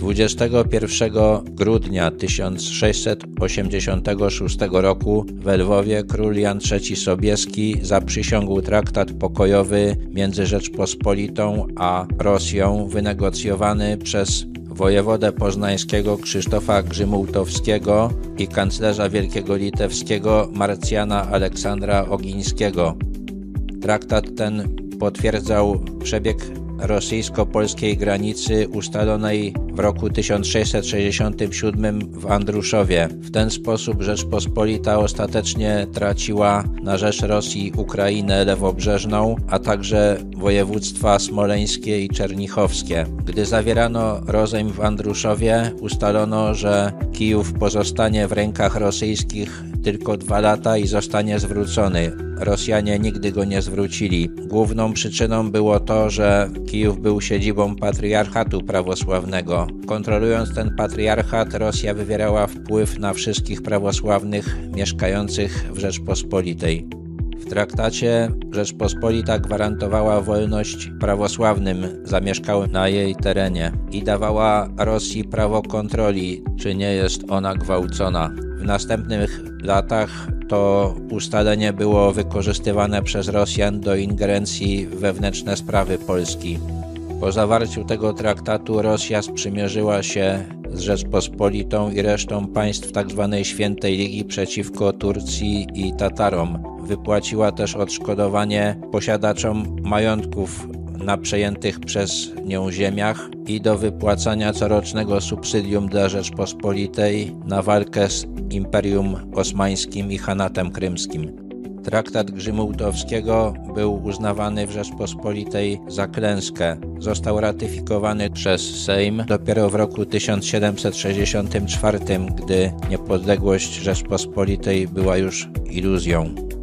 21 grudnia 1686 roku w Lwowie król Jan III Sobieski zaprzysiągł traktat pokojowy między Rzeczpospolitą a Rosją wynegocjowany przez wojewodę poznańskiego Krzysztofa Grzymułtowskiego i kanclerza wielkiego litewskiego Marcjana Aleksandra Ogińskiego. Traktat ten potwierdzał przebieg rosyjsko-polskiej granicy ustalonej w roku 1667 w Andruszowie. W ten sposób Rzeczpospolita ostatecznie traciła na rzecz Rosji Ukrainę lewobrzeżną, a także województwa smoleńskie i czernichowskie. Gdy zawierano rozejm w Andruszowie, ustalono, że Kijów pozostanie w rękach rosyjskich tylko 2 lata i zostanie zwrócony. Rosjanie nigdy go nie zwrócili. Główną przyczyną było to, że Kijów był siedzibą patriarchatu prawosławnego. Kontrolując ten patriarchat, Rosja wywierała wpływ na wszystkich prawosławnych mieszkających w Rzeczpospolitej. W traktacie Rzeczpospolita gwarantowała wolność prawosławnym zamieszkałym na jej terenie i dawała Rosji prawo kontroli, czy nie jest ona gwałcona. W następnych latach to ustalenie było wykorzystywane przez Rosjan do ingerencji w wewnętrzne sprawy Polski. Po zawarciu tego traktatu Rosja sprzymierzyła się z Rzeczpospolitą i resztą państw tzw. Świętej Ligi przeciwko Turcji i Tatarom. Wypłaciła też odszkodowanie posiadaczom majątków na przejętych przez nią ziemiach i do wypłacania corocznego subsydium dla Rzeczpospolitej na walkę z Imperium Osmańskim i Chanatem Krymskim. Traktat Grzymułtowskiego był uznawany w Rzeczpospolitej za klęskę. Został ratyfikowany przez Sejm dopiero w roku 1764, gdy niepodległość Rzeczpospolitej była już iluzją.